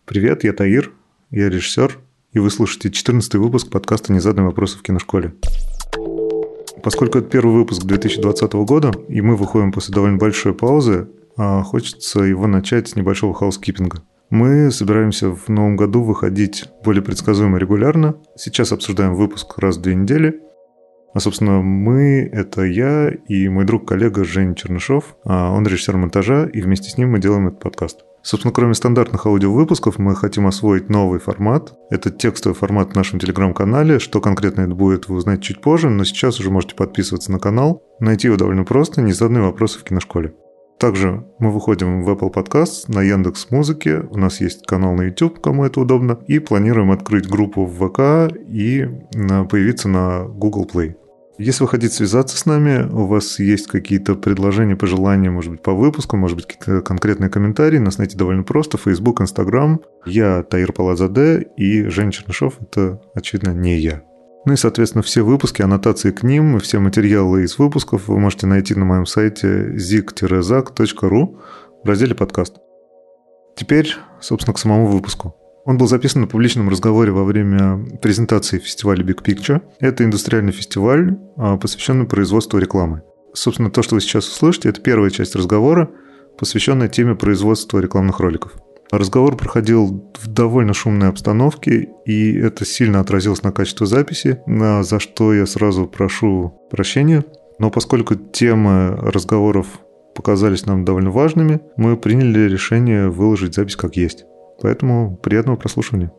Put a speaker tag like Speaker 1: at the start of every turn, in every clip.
Speaker 1: Привет, я Таир, я режиссер, и вы слушаете 14-й выпуск подкаста «Не задай вопросы в киношколе». Поскольку это первый выпуск 2020 года, и мы выходим после довольно большой паузы, хочется его начать с небольшого хаускипинга. Мы собираемся в новом году выходить более предсказуемо и регулярно. Сейчас обсуждаем выпуск раз в 2 недели. А, собственно, мы — это я и мой друг-коллега Женя Чернышов. Он режиссер монтажа, и вместе с ним мы делаем этот подкаст. Собственно, кроме стандартных аудиовыпусков, мы хотим освоить новый формат. Это текстовый формат в нашем телеграм-канале. Что конкретно это будет, вы узнаете чуть позже, но сейчас уже можете подписываться на канал. Найти его довольно просто, не задай вопросы в киношколе. Также мы выходим в Apple Podcasts, на Яндекс.Музыке, у нас есть канал на YouTube, кому это удобно, и планируем открыть группу в ВК и появиться на Google Play. Если вы хотите связаться с нами, у вас есть какие-то предложения, пожелания, может быть, по выпуску, может быть, какие-то конкретные комментарии, нас найти довольно просто. Facebook, Instagram. Я Таир Палазаде, и Женя Чернышов — это, очевидно, не я. Ну и, соответственно, все выпуски, аннотации к ним и все материалы из выпусков вы можете найти на моем сайте zig-zag.ru в разделе «Подкаст». Теперь, собственно, к самому выпуску. Он был записан на публичном разговоре во время презентации фестиваля Big Picture. Это индустриальный фестиваль, посвященный производству рекламы. Собственно, то, что вы сейчас услышите, это первая часть разговора, посвященная теме производства рекламных роликов. Разговор проходил в довольно шумной обстановке, и это сильно отразилось на качестве записи, за что я сразу прошу прощения. Но поскольку темы разговоров показались нам довольно важными, мы приняли решение выложить запись как есть. Поэтому приятного прослушивания.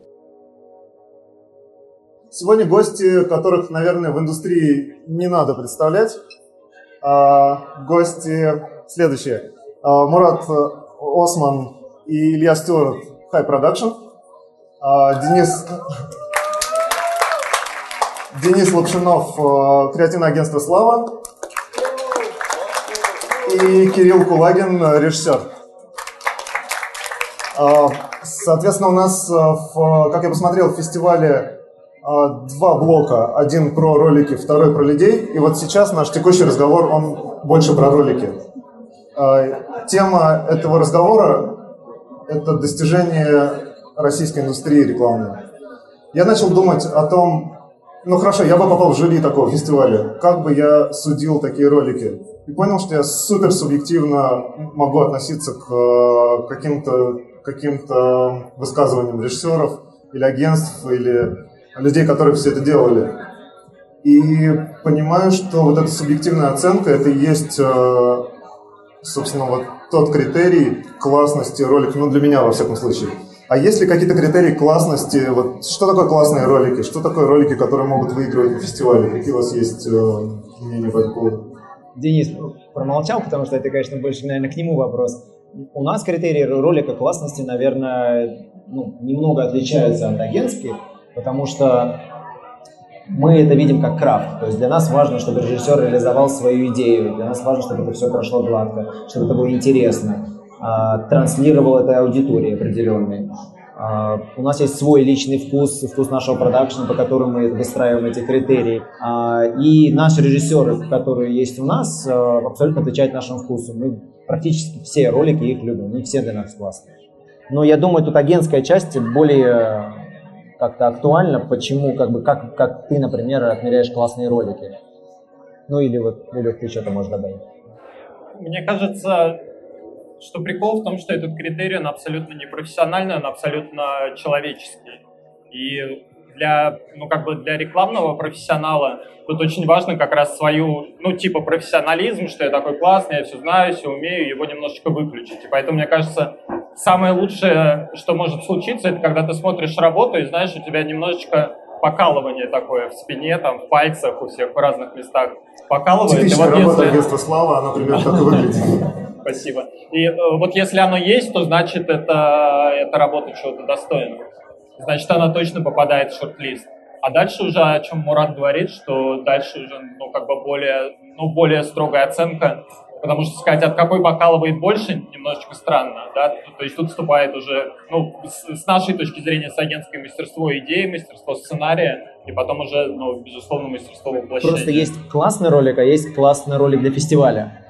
Speaker 2: Сегодня гости, которых, наверное, в индустрии не надо представлять. Гости следующие. Мурат Осман и Илья Стюарт, High Production. Денис Лапшинов, креативное агентство «Слава». И Кирилл Кулагин, режиссер. Соответственно, у нас, как я посмотрел, в фестивале 2 блока. Один про ролики, второй про людей. И вот сейчас наш текущий разговор, он больше про ролики. Тема этого разговора – это достижение российской индустрии рекламной. Я начал думать о том, хорошо, я бы попал в жюри такого фестиваля, как бы я судил такие ролики. И понял, что я супер субъективно могу относиться к каким-то высказываниям режиссеров или агентств, или людей, которые все это делали. И понимаю, что вот эта субъективная оценка, это и есть, собственно, вот тот критерий классности ролика, для меня, во всяком случае. А есть ли какие-то критерии классности? Вот что такое классные ролики? Что такое ролики, которые могут выигрывать на фестивале? Какие у вас есть мнения по этому поводу?
Speaker 3: Денис промолчал, потому что это, конечно, больше, наверное, к нему вопрос. У нас критерии ролика классности, наверное, немного отличаются от агентских, потому что мы это видим как крафт. То есть для нас важно, чтобы режиссер реализовал свою идею, для нас важно, чтобы это все прошло гладко, чтобы это было интересно, транслировал это аудитории определенной. У нас есть свой личный вкус нашего продакшена, по которому мы выстраиваем эти критерии. И наши режиссеры, которые есть у нас, абсолютно отвечают нашему вкусу. Мы практически все ролики их любим, они все для нас классные. Но я думаю, тут агентская часть более как-то актуальна. Почему, как ты, например, отмеряешь классные ролики? Или вот, Илюх, ты что-то можешь добавить?
Speaker 4: Мне кажется, что прикол в том, что этот критерий, он абсолютно не профессиональный, он абсолютно человеческий. И для рекламного профессионала тут очень важно как раз свою, профессионализм, что я такой классный, я все знаю, все умею, его немножечко выключить. И поэтому, мне кажется, самое лучшее, что может случиться, это когда ты смотришь работу и знаешь, у тебя немножечко покалывание такое в спине, в пальцах, у всех в разных местах покалывает.
Speaker 2: Типичная работа агентства «Слава», она примерно так и выглядит.
Speaker 4: Спасибо. И вот если оно есть, то значит это работа чего-то достойного. Значит, она точно попадает в шорт-лист. А дальше уже, о чем Мурат говорит, что дальше уже более строгая оценка, потому что сказать, от какой покалывает больше, немножечко странно, да? То есть тут вступает уже, с нашей точки зрения, с агентское мастерство идеи, мастерство сценария, и потом уже, безусловно, мастерство воплощения.
Speaker 3: Просто есть классный ролик, а есть классный ролик для фестиваля.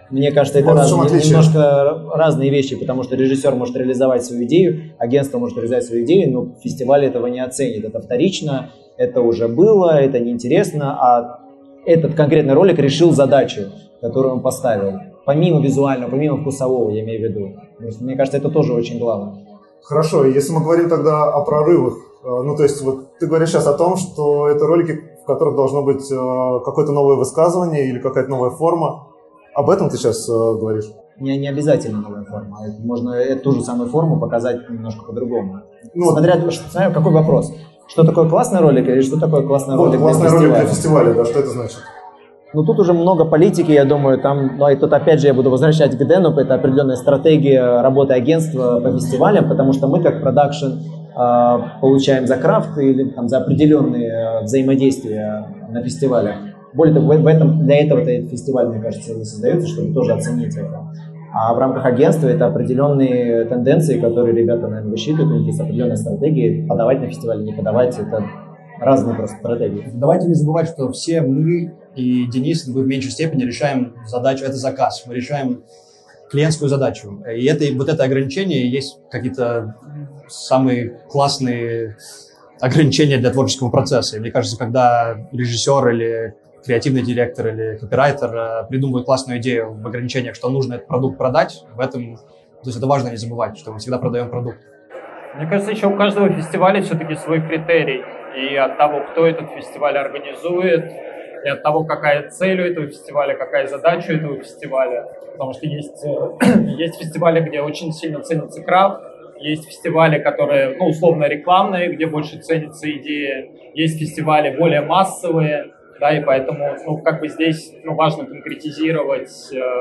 Speaker 3: Мне кажется, это немножко разные вещи, потому что режиссер может реализовать свою идею, агентство может реализовать свою идею, но фестиваль этого не оценит. Это вторично, это уже было, это неинтересно, а этот конкретный ролик решил задачу, которую он поставил. Помимо визуального, помимо вкусового, я имею в виду. Мне кажется, это тоже очень главное.
Speaker 2: Хорошо, если мы говорим тогда о прорывах, ну то есть вот ты говоришь сейчас о том, что это ролики, в которых должно быть какое-то новое высказывание или какая-то новая форма. Об этом ты сейчас говоришь?
Speaker 3: Не обязательно новая форма. Можно ту же самую форму показать немножко по-другому. Смотря какой вопрос. Что такое классный ролик или что такое классный ролик для фестиваля?
Speaker 2: Классный ролик для фестиваля, да, что это значит?
Speaker 3: Ну, тут уже много политики, я думаю, там, ну, и тут опять же я буду возвращать к Дэну, это определенная стратегия работы агентства по фестивалям, потому что мы как продакшн получаем за крафт или там, за определенные взаимодействия на фестивалях. Более того, для этого-то этот фестиваль, мне кажется, и создается, чтобы тоже оценить это. А в рамках агентства это определенные тенденции, которые ребята, наверное, высчитывают, у них есть определенная стратегия, подавать на фестиваль, не подавать, это разные просто стратегии.
Speaker 5: Давайте не забывать, что все мы и Денис, мы в меньшей степени решаем задачу, это заказ, мы решаем клиентскую задачу. И это ограничение есть какие-то самые классные ограничения для творческого процесса. И мне кажется, когда режиссер или креативный директор или копирайтер придумывает классную идею в ограничениях, что нужно этот продукт продать, то есть это важно не забывать, что мы всегда продаем продукт.
Speaker 4: Мне кажется, еще у каждого фестиваля все-таки свой критерий. И от того, кто этот фестиваль организует, и от того, какая цель у этого фестиваля, какая задача у этого фестиваля. Потому что есть фестивали, где очень сильно ценится крафт, есть фестивали, которые, ну, условно рекламные, где больше ценится идея, есть фестивали более массовые, да, и поэтому, ну, как бы здесь, ну, важно конкретизировать,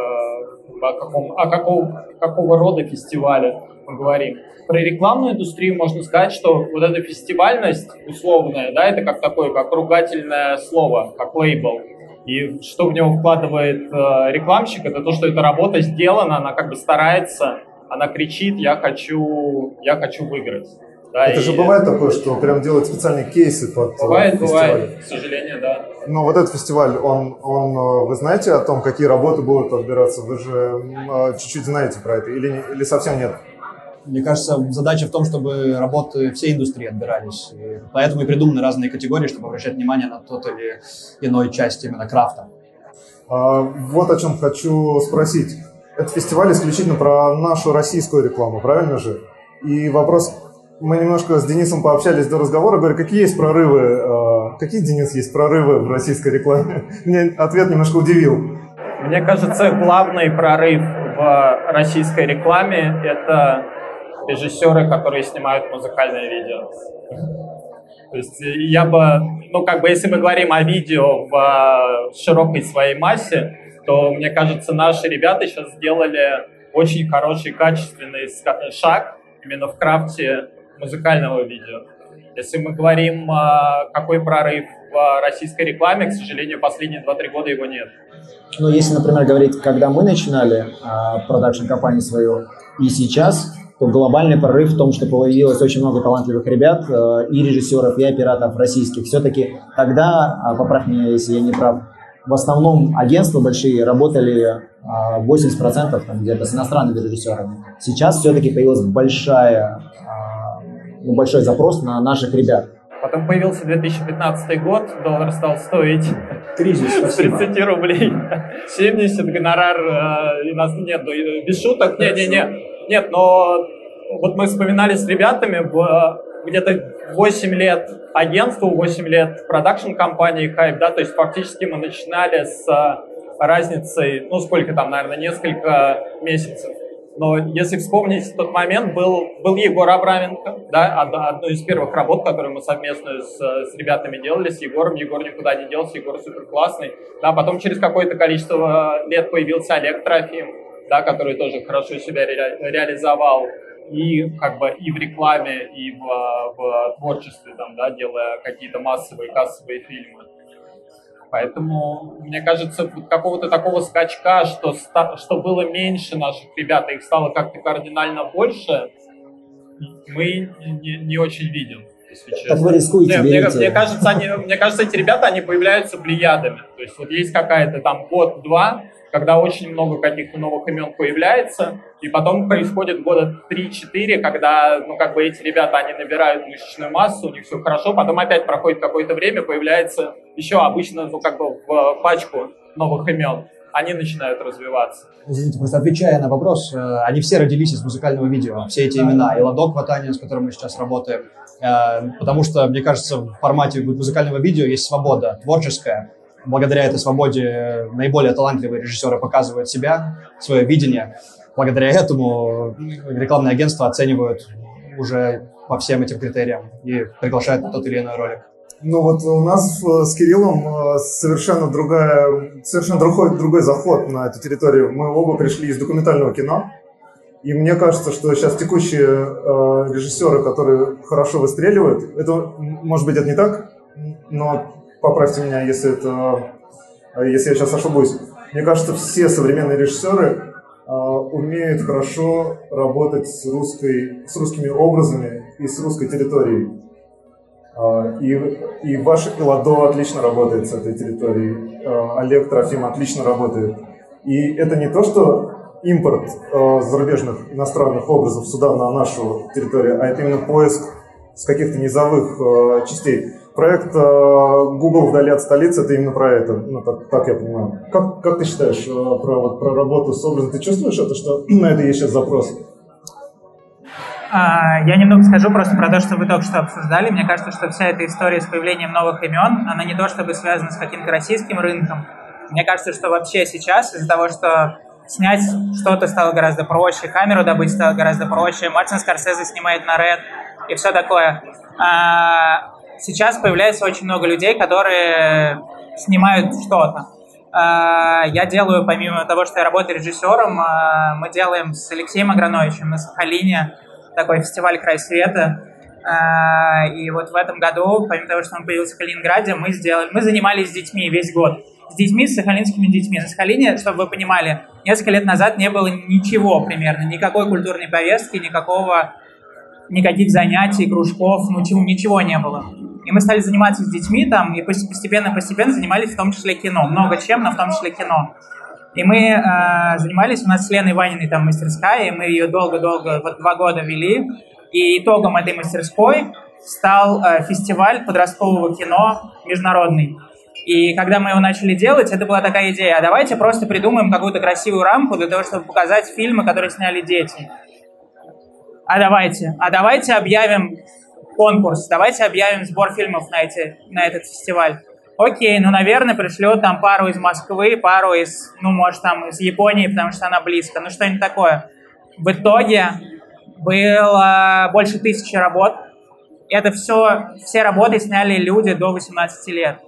Speaker 4: какого рода фестиваля мы говорим. Про рекламную индустрию можно сказать, что вот эта фестивальность условная, да, это как такое, как ругательное слово, как лейбл. И что в него вкладывает рекламщик, это то, что эта работа сделана, она как бы старается, она кричит: я хочу выиграть. Да,
Speaker 2: это же бывает такое, что прям делают специальные кейсы под
Speaker 4: фестиваль? Бывает, к сожалению, да.
Speaker 2: Но вот этот фестиваль, вы знаете о том, какие работы будут отбираться? Вы же чуть-чуть знаете про это или совсем нет?
Speaker 5: Мне кажется, задача в том, чтобы работы всей индустрии отбирались. И поэтому и придуманы разные категории, чтобы обращать внимание на тот или иной часть именно крафта.
Speaker 2: Вот о чем хочу спросить. Этот фестиваль исключительно про нашу российскую рекламу, правильно же? И вопрос, мы немножко с Денисом пообщались до разговора, говорю, какие есть прорывы, Денис, есть прорывы в российской рекламе? Меня ответ немножко удивил.
Speaker 4: Мне кажется, главный прорыв в российской рекламе – это режиссеры, которые снимают музыкальное видео. То есть я бы, ну, как бы, если мы говорим о видео в широкой своей массе, то, мне кажется, наши ребята сейчас сделали очень хороший, качественный шаг именно в крафте музыкального видео. Если мы говорим, какой прорыв в российской рекламе, к сожалению, последние 2-3 года его нет.
Speaker 3: Ну, если, например, говорить, когда мы начинали продакшн-компанию свою и сейчас, то глобальный прорыв в том, что появилось очень много талантливых ребят, и режиссеров, и операторов российских. Все-таки тогда, поправь меня, если я не прав, в основном агентства большие работали 80% там, где-то с иностранными режиссерами. Сейчас все-таки появился большой запрос на наших ребят.
Speaker 4: Потом появился 2015 год, доллар стал стоить
Speaker 3: кризис,
Speaker 4: с 30 рублей. 70 гонорар, у нас нет, без шуток, нет, но вот мы вспоминали с ребятами, где-то 8 лет агентству, 8 лет продакшн-компании Hype, да, то есть фактически мы начинали с разницей, ну сколько там, наверное, несколько месяцев. Но если вспомнить тот момент, был Егор Абраменко, да, одну из первых работ, которую мы совместно с ребятами делали, с Егором. Егор никуда не делся, Егор супер классный. Да, потом через какое-то количество лет появился Олег Трофим, да, который тоже хорошо себя реализовал и как бы и в рекламе, и в творчестве, там, да, делая какие-то массовые кассовые фильмы. Поэтому, мне кажется, какого-то такого скачка, что было меньше наших ребят, их стало как-то кардинально больше, мы не очень видим, если честно.
Speaker 3: Так вы рискуете,
Speaker 4: мне кажется, эти ребята, они появляются плеядами. То есть вот есть какая-то там год-два, когда очень много каких-то новых имен появляется, и потом происходит года 3-4, когда, ну, как бы эти ребята, они набирают мышечную массу, у них все хорошо, потом опять проходит какое-то время, появляется еще обычно, ну, как бы в пачку новых имен, они начинают развиваться.
Speaker 5: Извините, просто отвечая на вопрос, они все родились из музыкального видео, все эти имена, и Ладок Ватанин, с которым мы сейчас работаем, потому что, мне кажется, в формате музыкального видео есть свобода творческая. Благодаря этой свободе наиболее талантливые режиссеры показывают себя, свое видение. Благодаря этому рекламные агентства оценивают уже по всем этим критериям и приглашают на тот или иной ролик.
Speaker 2: Ну вот у нас с Кириллом совершенно другой заход на эту территорию. Мы оба пришли из документального кино. И мне кажется, что сейчас текущие режиссеры, которые хорошо выстреливают, это, может быть, это не так, но поправьте меня, если я сейчас ошибусь. Мне кажется, все современные режиссеры умеют хорошо работать с русскими образами и с русской территорией. И ваш Ладо отлично работает с этой территорией, Олег Трофим отлично работает. И это не то, что импорт зарубежных иностранных образов сюда, на нашу территорию, а это именно поиск с каких-то низовых частей. Проект Google вдали от столицы — это именно про это, ну, так я понимаю. Как ты считаешь про работу с образом? Ты чувствуешь это, что на это есть сейчас запрос?
Speaker 6: Я немного скажу просто про то, что вы только что обсуждали. Мне кажется, что вся эта история с появлением новых имен, она не то чтобы связана с каким-то российским рынком. Мне кажется, что вообще сейчас из-за того, что снять что-то стало гораздо проще, камеру добыть стало гораздо проще, Мартин Скорсезе снимает на Red и все такое. Сейчас появляется очень много людей, которые снимают что-то. Я делаю, помимо того, что я работаю режиссером, мы делаем с Алексеем Аграновичем на Сахалине такой фестиваль «Край света». И вот в этом году, помимо того, что он появился в Калининграде, мы занимались с детьми весь год. С детьми, с сахалинскими детьми. На Сахалине, чтобы вы понимали, несколько лет назад не было ничего примерно, никакой культурной повестки, никаких занятий, кружков, ничего не было. И мы стали заниматься с детьми там, и постепенно занимались в том числе кино. Много чем, но в том числе кино. И мы занимались, у нас с Леной Ваниной там мастерская, и мы ее долго-долго, 2 года вели. И итогом этой мастерской стал фестиваль подросткового кино международный. И когда мы его начали делать, это была такая идея: а давайте просто придумаем какую-то красивую рамку для того, чтобы показать фильмы, которые сняли дети. А давайте объявим конкурс, давайте объявим сбор фильмов на этот фестиваль. Окей, наверное, пришлет там пару из Москвы, пару из, может, там из Японии, потому что она близко, что-нибудь такое. В итоге было больше 1000 работ. Это все работы сняли люди до 18 лет.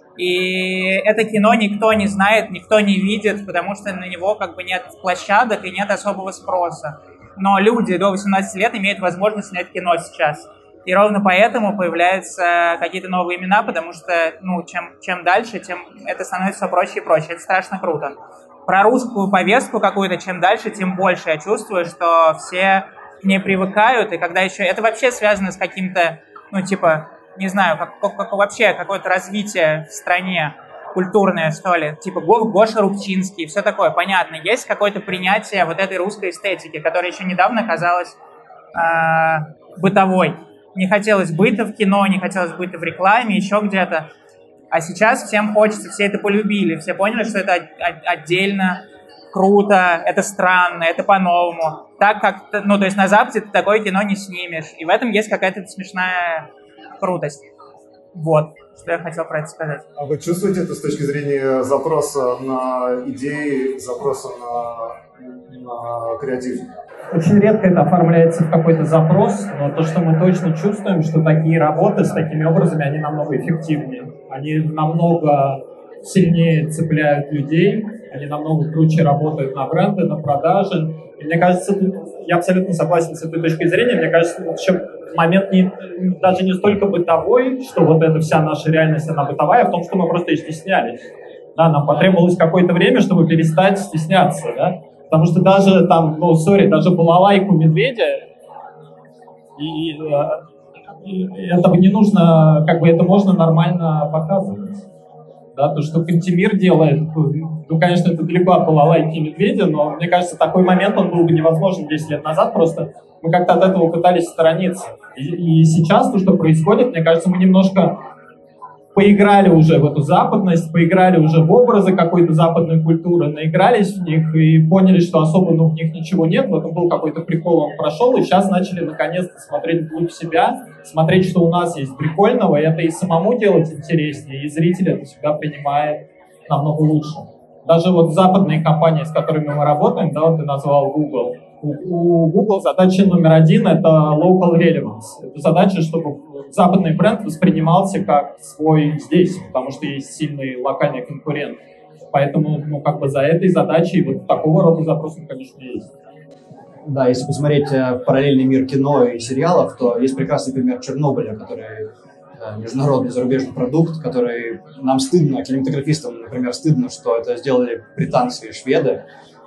Speaker 6: И это кино никто не знает, никто не видит, потому что на него нет площадок и нет особого спроса. Но люди до 18 лет имеют возможность снять кино сейчас. И ровно поэтому появляются какие-то новые имена, потому что, чем дальше, тем это становится все проще и проще. Это страшно круто. Про русскую повестку какую-то, чем дальше, тем больше я чувствую, что все к ней привыкают. И когда еще... Это вообще связано с каким-то, не знаю, как вообще какое-то развитие в стране культурное, что ли. Гоша Рубчинский, все такое, понятно. Есть какое-то принятие вот этой русской эстетики, которая еще недавно казалась бытовой. Не хотелось быта в кино, не хотелось быта в рекламе, еще где-то. А сейчас всем хочется, все это полюбили, все поняли, что это отдельно, круто, это странно, это по-новому. Так как, то есть на Западе ты такое кино не снимешь. И в этом есть какая-то смешная крутость. Вот, что я хотел про это сказать.
Speaker 2: А вы чувствуете это с точки зрения запроса на идеи, запроса на креатив?
Speaker 4: Очень редко это оформляется в какой-то запрос, но то, что мы точно чувствуем, что такие работы с такими образами, они намного эффективнее. Они намного сильнее цепляют людей, они намного круче работают на бренды, на продажи. И мне кажется, тут я абсолютно согласен с этой точкой зрения. Мне кажется, вообще момент даже не столько бытовой, что вот эта вся наша реальность, она бытовая, в том, что мы просто и стеснялись. Да, нам потребовалось какое-то время, чтобы перестать стесняться, да. Потому что даже там, даже балалайку медведя, и этого не нужно, это можно нормально показывать. Да, то, что Кантемир делает, ну, конечно, это далеко от балалайки и медведя, но, мне кажется, такой момент, он был бы невозможен 10 лет назад, просто мы как-то от этого пытались сторониться. И сейчас то, что происходит, мне кажется, мы немножко поиграли уже в эту западность, поиграли уже в образы какой-то западной культуры, наигрались в них и поняли, что особо в них ничего нет, в этом был какой-то прикол, он прошел, и сейчас начали наконец-то смотреть вглубь себя, смотреть, что у нас есть прикольного, и это и самому делать интереснее, и зритель это всегда принимает намного лучше. Даже вот западные компании, с которыми мы работаем, да, вот ты назвал Google. У Google задача номер один — это local relevance. Это задача, чтобы западный бренд воспринимался как свой здесь, потому что есть сильный локальный конкурент. Поэтому, ну, как бы за этой задачей вот такого рода запросов, конечно, есть.
Speaker 5: Да, если посмотреть параллельный мир кино и сериалов, то есть прекрасный пример Чернобыля, который международный зарубежный продукт, который нам стыдно, кинематографистам, например, стыдно, что это сделали британцы и шведы.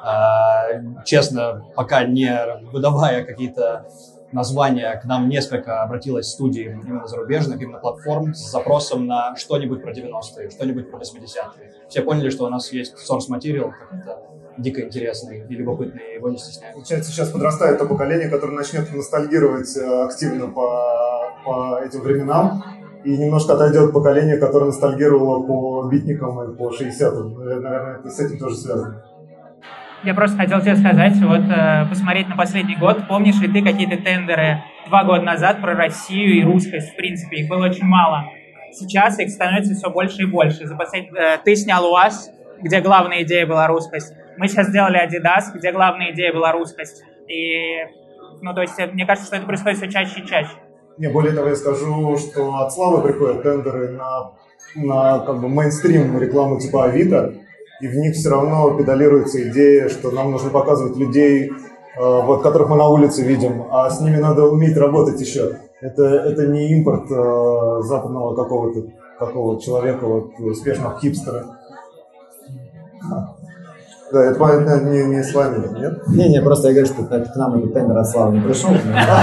Speaker 5: Честно, пока не выдавая какие-то названия, к нам несколько обратилось студий именно зарубежных, именно платформ с запросом на что-нибудь про 90-е, что-нибудь про 80-е. Все поняли, что у нас есть source material какой-то дико интересный и любопытный, и его не стесняют.
Speaker 2: Получается, сейчас подрастает то поколение, которое начнет ностальгировать активно по этим временам, и немножко отойдет поколение, которое ностальгировало по битникам и по 60-м. Наверное, это с этим тоже связано.
Speaker 6: Я просто хотел тебе сказать, вот посмотреть на последний год. Помнишь ли ты какие-то тендеры 2 года назад про Россию и русскость? В принципе, их было очень мало. Сейчас их становится все больше и больше. Ты снял УАЗ, где главная идея была русскость. Мы сейчас сделали Adidas, где главная идея была русскость. И, ну, то есть, мне кажется, что это происходит все чаще и чаще.
Speaker 2: Не, более того, я скажу, что от Славы приходят тендеры на как бы мейнстрим рекламу типа Авито, и в них все равно педалируется идея, что нам нужно показывать людей, вот, которых мы на улице видим, а с ними надо уметь работать еще. Это не импорт западного какого-то человека, вот, успешного хипстера. Да, это понятно, не с вами, нет?
Speaker 3: Не, просто я говорю, что к нам этот тендер от Славы не пришел.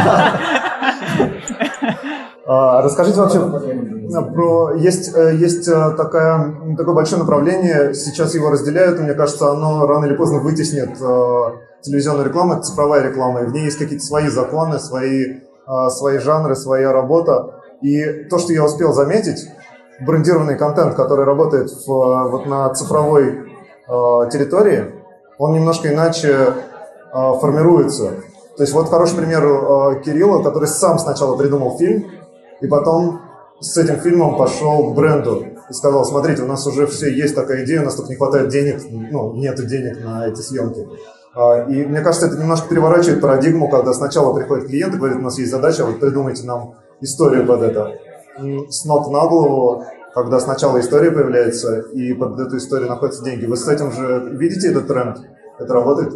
Speaker 2: Расскажите вообще про... Есть такое большое направление, сейчас его разделяют, и мне кажется, оно рано или поздно вытеснит телевизионную рекламу, это цифровая реклама, и в ней есть какие-то свои законы, свои жанры, своя работа. И то, что я успел заметить, брендированный контент, который работает вот на цифровой территории, он немножко иначе формируется. То есть вот хороший пример Кирилла, который сам сначала придумал фильм, и потом с этим фильмом пошел к бренду и сказал: смотрите, у нас уже все есть такая идея, у нас только не хватает денег, ну, нету денег на эти съемки. И мне кажется, это немножко переворачивает парадигму, когда сначала приходит клиент и говорит: у нас есть задача, вот придумайте нам историю под это. С ног на голову, когда сначала история появляется, и под эту историю находятся деньги. Вы с этим же видите этот тренд? Это работает?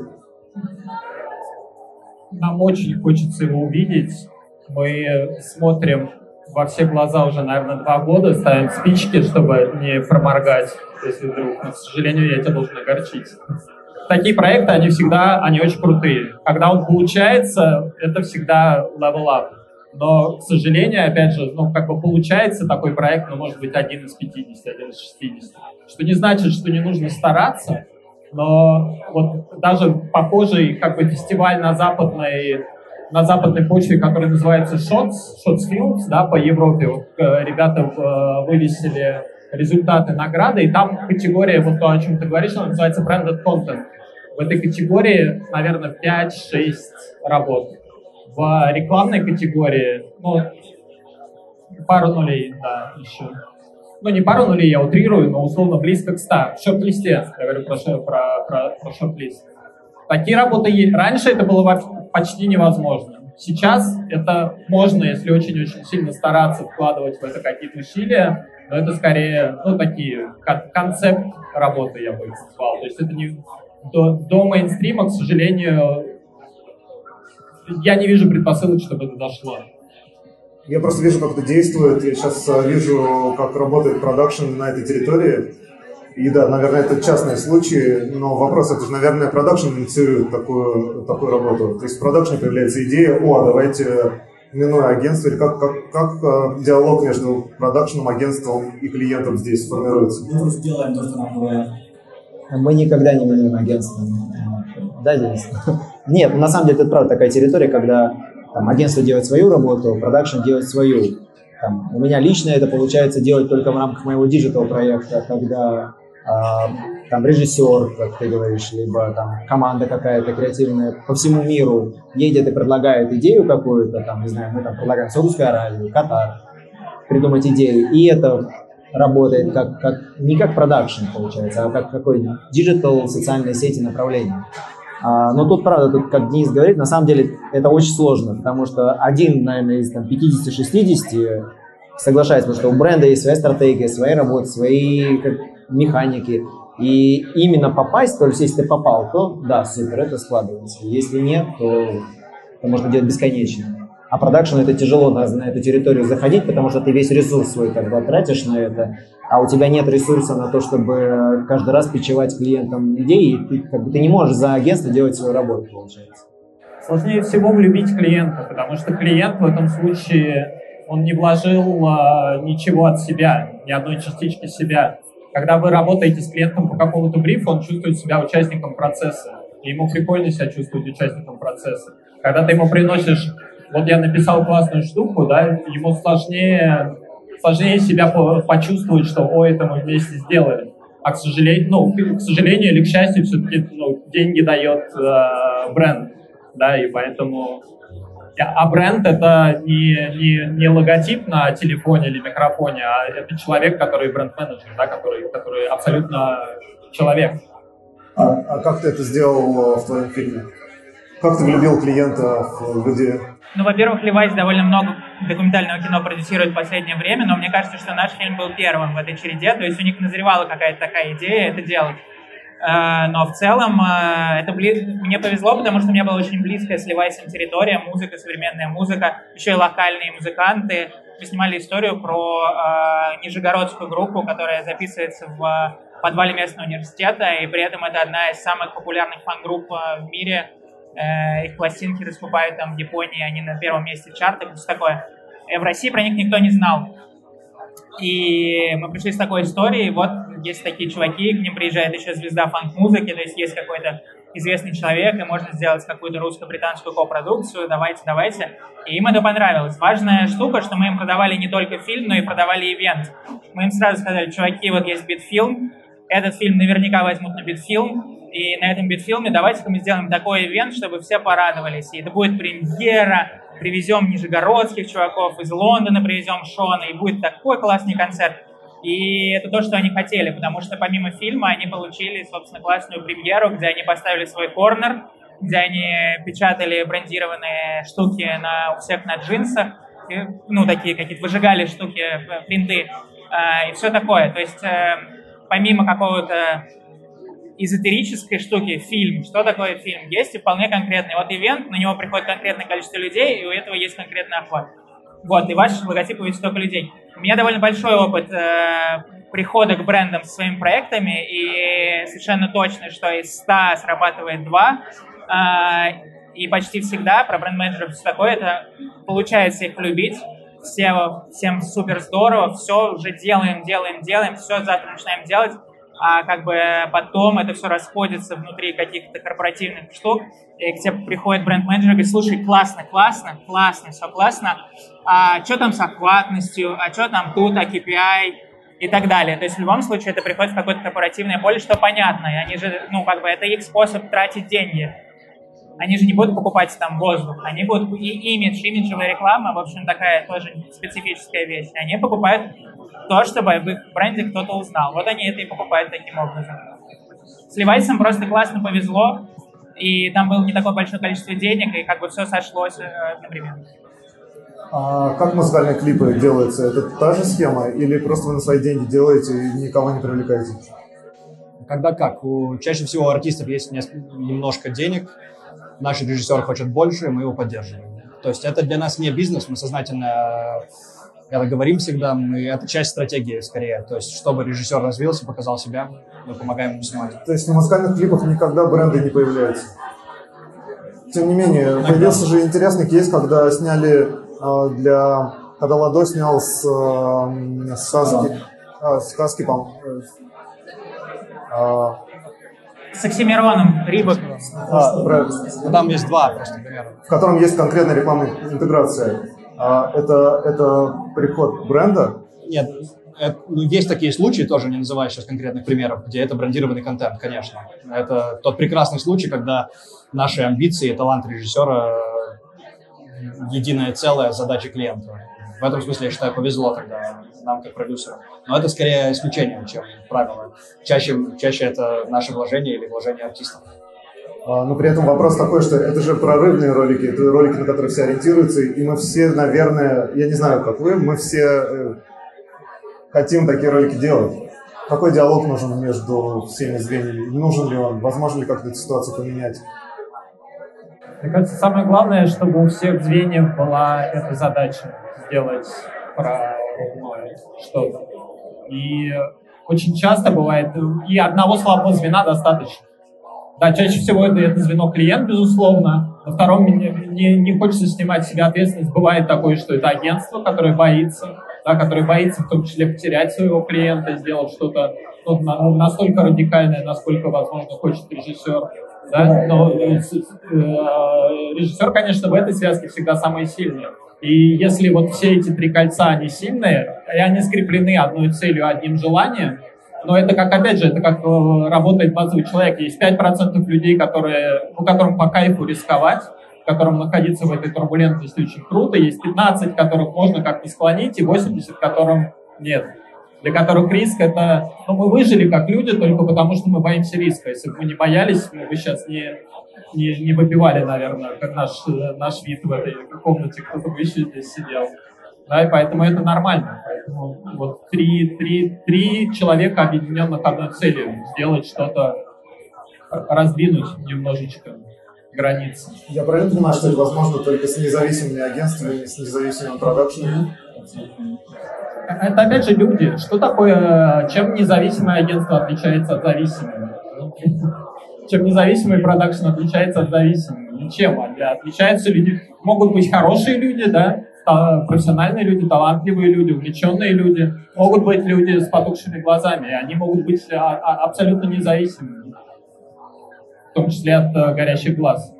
Speaker 4: Нам очень хочется его увидеть. Мы смотрим во все глаза уже, наверное, 2 года, ставим спички, чтобы не проморгать, если вдруг, но, к сожалению, я тебя должен огорчить. Такие проекты, они очень крутые. Когда он получается, это всегда level up. Но, к сожалению, опять же, получается такой проект, может быть, 1 из 50, 1 из 60. Что не значит, что не нужно стараться, но вот даже похожий фестиваль на западной почве, который называется Shots Films, да, по Европе. Вот, ребята вывесили результаты награды, и там категория, вот то, о чем ты говоришь, она называется branded content. В этой категории, наверное, 5-6 работ. В рекламной категории, пару нулей, да, еще. Не пару нулей, я утрирую, но условно близко к 100. В шорт-листе, я говорю про шорт-лист. Такие работы есть. Раньше это было почти невозможно. Сейчас это можно, если очень-очень сильно стараться, вкладывать в это какие-то усилия, но это скорее, такие, концепт работы, я бы их назвал. То есть это не... До мейнстрима, к сожалению, я не вижу предпосылок, чтобы это дошло.
Speaker 2: Я просто вижу, как это действует. Я сейчас вижу, как работает продакшн на этой территории. И да, наверное, это частные случаи, но вопрос, это же, наверное, продакшн инициирует такую работу. То есть в продакшне появляется идея: давайте минуя агентство, или как диалог между продакшеном, агентством и клиентом здесь формируется?
Speaker 3: Мы просто делаем то, что нам говорят. Мы никогда не минуем агентство. Да, Денис? Нет, на самом деле это правда такая территория, когда там, агентство делает свою работу, продакшн делает свою. Там, у меня лично это получается делать только в рамках моего диджитал-проекта, когда там режиссер, как ты говоришь, либо там команда какая-то креативная по всему миру едет и предлагает идею какую-то, там, не знаю, мы там предлагаем Саудовскую Аравию, Катар, придумать идею, и это работает не как продакшн, получается, а как какой диджитал, социальные сети, направление. Но тут, правда, тут, как Денис говорит, на самом деле это очень сложно, потому что один, наверное, из там, 50-60 соглашается, потому что у бренда есть своя стратегия, своя работа, свои механики. И именно попасть, то есть если ты попал, то да, супер, это складывается. Если нет, то это можно делать бесконечно. А продакшн это тяжело на эту территорию заходить, потому что ты весь ресурс свой тогда тратишь на это, а у тебя нет ресурса на то, чтобы каждый раз питчевать клиентам идеи, и ты не можешь за агентство делать свою работу, получается.
Speaker 4: Сложнее всего влюбить клиента, потому что клиент в этом случае, он не вложил ничего от себя, ни одной частички себя. Когда вы работаете с клиентом по какому-то брифу, он чувствует себя участником процесса, и ему прикольно себя чувствовать участником процесса. Когда ты ему приносишь, вот я написал классную штуку, да, ему сложнее себя почувствовать, что это мы вместе сделали. А к сожалению или к счастью, все-таки деньги дает бренд, да, и поэтому... А бренд — это не логотип на телефоне или микрофоне, а это человек, который бренд-менеджер, да, который абсолютно человек.
Speaker 2: А как ты это сделал в твоем фильме? Как ты влюбил клиента в идею?
Speaker 6: Ну, во-первых, Levi's довольно много документального кино продюсирует в последнее время, но мне кажется, что наш фильм был первым в этой череде, то есть у них назревала какая-то такая идея это делать. Но в целом мне повезло, потому что у меня была очень близкая с Levi's территория, музыка, современная музыка, еще и локальные музыканты. Мы снимали историю про нижегородскую группу, которая записывается в подвале местного университета, и при этом это одна из самых популярных фан-групп в мире. Их пластинки раскупают там в Японии, они на первом месте в чартах и все такое. В России про них никто не знал. И мы пришли с такой историей, вот есть такие чуваки, к ним приезжает еще звезда фанк-музыки, то есть есть какой-то известный человек, и можно сделать какую-то русско-британскую копродукцию, давайте. И им это понравилось. Важная штука, что мы им продавали не только фильм, но и продавали ивент. Мы им сразу сказали, чуваки, вот есть Битфилм, этот фильм наверняка возьмут на Битфилм, и на этом Битфилме давайте-ка мы сделаем такой ивент, чтобы все порадовались. И это будет премьера, привезем нижегородских чуваков, из Лондона привезем Шона, и будет такой классный концерт. И это то, что они хотели, потому что помимо фильма они получили, собственно, классную премьеру, где они поставили свой корнер, где они печатали брендированные штуки у всех на джинсах, такие какие-то выжигали штуки, принты и все такое. То есть помимо какого-то эзотерической штуки, фильм. Что такое фильм? Есть и вполне конкретный. Вот ивент, на него приходит конкретное количество людей, и у этого есть конкретный охват. Вот, и ваш логотип увидит столько людей. У меня довольно большой опыт прихода к брендам со своими проектами, и совершенно точно, что из 100 срабатывает 2, и почти всегда про бренд-менеджеров все такое, это получается их любить, всем супер здорово, все уже делаем, все завтра начинаем делать, а как бы потом это все расходится внутри каких-то корпоративных штук, и к тебе приходит бренд-менеджер и говорит, слушай, классно, все классно, а что там с охватностью, а что там тут, а KPI и так далее. То есть в любом случае это приходит в какое-то корпоративное поле, что понятно, и они же, это их способ тратить деньги. Они же не будут покупать там воздух, они будут имиджевая реклама, в общем, такая тоже специфическая вещь. Они покупают то, чтобы в их бренде кто-то узнал. Вот они это и покупают таким образом. С Levi's просто классно повезло, и там было не такое большое количество денег, и как бы все сошлось одновременно.
Speaker 2: А как музыкальные клипы делаются? Это та же схема? Или просто вы на свои деньги делаете и никого не привлекаете?
Speaker 5: Когда как? Чаще всего у артистов есть немножко денег, наш режиссер хочет больше, мы его поддерживаем. То есть это для нас не бизнес, мы сознательно это говорим всегда, это часть стратегии скорее. То есть чтобы режиссер развился, показал себя, мы помогаем ему снимать.
Speaker 2: То есть на музыкальных клипах никогда бренды не появляются? Тем не менее, появился же интересный кейс, когда сняли когда Ладо снял сказки,
Speaker 6: С Оксимироном, Рибок.
Speaker 5: Там есть два просто примера.
Speaker 2: В котором есть конкретная рекламная интеграция. Это приход бренда?
Speaker 5: Нет, есть такие случаи, тоже не называю сейчас конкретных примеров, где это брендированный контент, конечно. Это тот прекрасный случай, когда наши амбиции и талант режиссера единое целое с задачей клиента. В этом смысле, я считаю, повезло тогда нам, как продюсерам. Но это скорее исключение, чем правило. Чаще это наше вложение или вложение артистов.
Speaker 2: Но при этом вопрос такой, что это же прорывные ролики, это ролики, на которые все ориентируются, и мы все, наверное, я не знаю, как вы, мы все хотим такие ролики делать. Какой диалог нужен между всеми звеньями? Нужен ли он? Возможно ли как-то эту ситуацию поменять?
Speaker 4: Мне кажется, самое главное, чтобы у всех звеньев была эта задача сделать прорывное что-то. И очень часто бывает, и одного слабого звена достаточно. Да, чаще всего это звено клиент, безусловно. На втором не хочется снимать с себя ответственность. Бывает такое, что это агентство, которое боится, в том числе потерять своего клиента, сделать что-то настолько радикальное, насколько, возможно, хочет режиссер. Да? Но режиссер, конечно, в этой связке всегда самый сильный. И если вот все эти три кольца, они сильные, и они скреплены одной целью, одним желанием, но это как, опять же, это как работает базовый человек. Есть 5% людей, которым по кайфу рисковать, которым находиться в этой турбулентности очень круто. Есть 15, которых можно как-то склонить, и 80, которым нет. Для которых риск это... мы выжили как люди только потому, что мы боимся риска. Если бы мы не боялись, мы бы сейчас не выпивали, наверное, как наш вид в этой комнате, кто-то бы еще здесь сидел. Да, и поэтому это нормально. Поэтому вот три человека, объединенных одной целью, сделать что-то, раздвинуть немножечко границы.
Speaker 2: Я правильно понимаю, что это возможно только с независимыми агентствами, с независимым продакшеном?
Speaker 4: Это опять же люди. Что такое, чем независимое агентство отличается от зависимого? Чем независимый продакшн отличается от зависимого? Ничем. Отличаются люди. Могут быть хорошие люди, да, профессиональные люди, талантливые люди, увлеченные люди. Могут быть люди с потухшими глазами. И они могут быть абсолютно независимыми. В том числе от горящих глаз.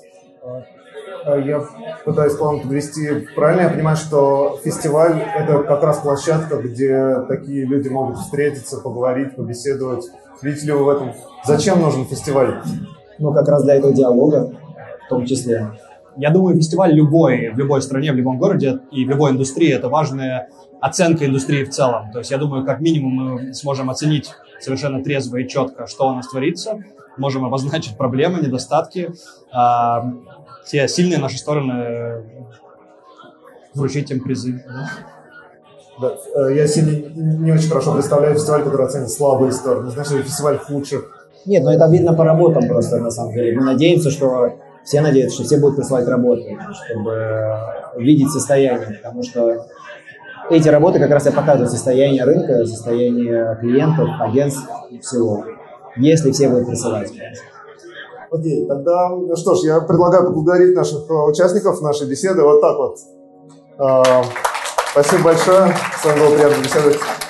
Speaker 2: Я пытаюсь план подвести. Правильно я понимаю, что фестиваль – это как раз площадка, где такие люди могут встретиться, поговорить, побеседовать. Видите ли вы в этом? Зачем нужен фестиваль?
Speaker 3: Как раз для этого диалога, в том числе.
Speaker 5: Я думаю, фестиваль в любой стране, в любом городе и в любой индустрии – это важная оценка индустрии в целом. То есть я думаю, как минимум мы сможем оценить совершенно трезво и четко, что у нас творится, можем обозначить проблемы, недостатки, те сильные наши стороны вручить им призы.
Speaker 2: Да. Я себе не очень хорошо представляю фестиваль, который оценит слабые стороны. Значит, фестиваль худших.
Speaker 3: Нет, это видно по работам просто, на самом деле. Мы надеемся, что все будут присылать работы, чтобы видеть состояние, потому что эти работы как раз и показывают состояние рынка, состояние клиентов, агентств и всего, если все будут присылать.
Speaker 2: Окей, тогда, что ж, я предлагаю поблагодарить наших участников нашей беседы вот так вот. Спасибо большое, с вами было приятно беседовать.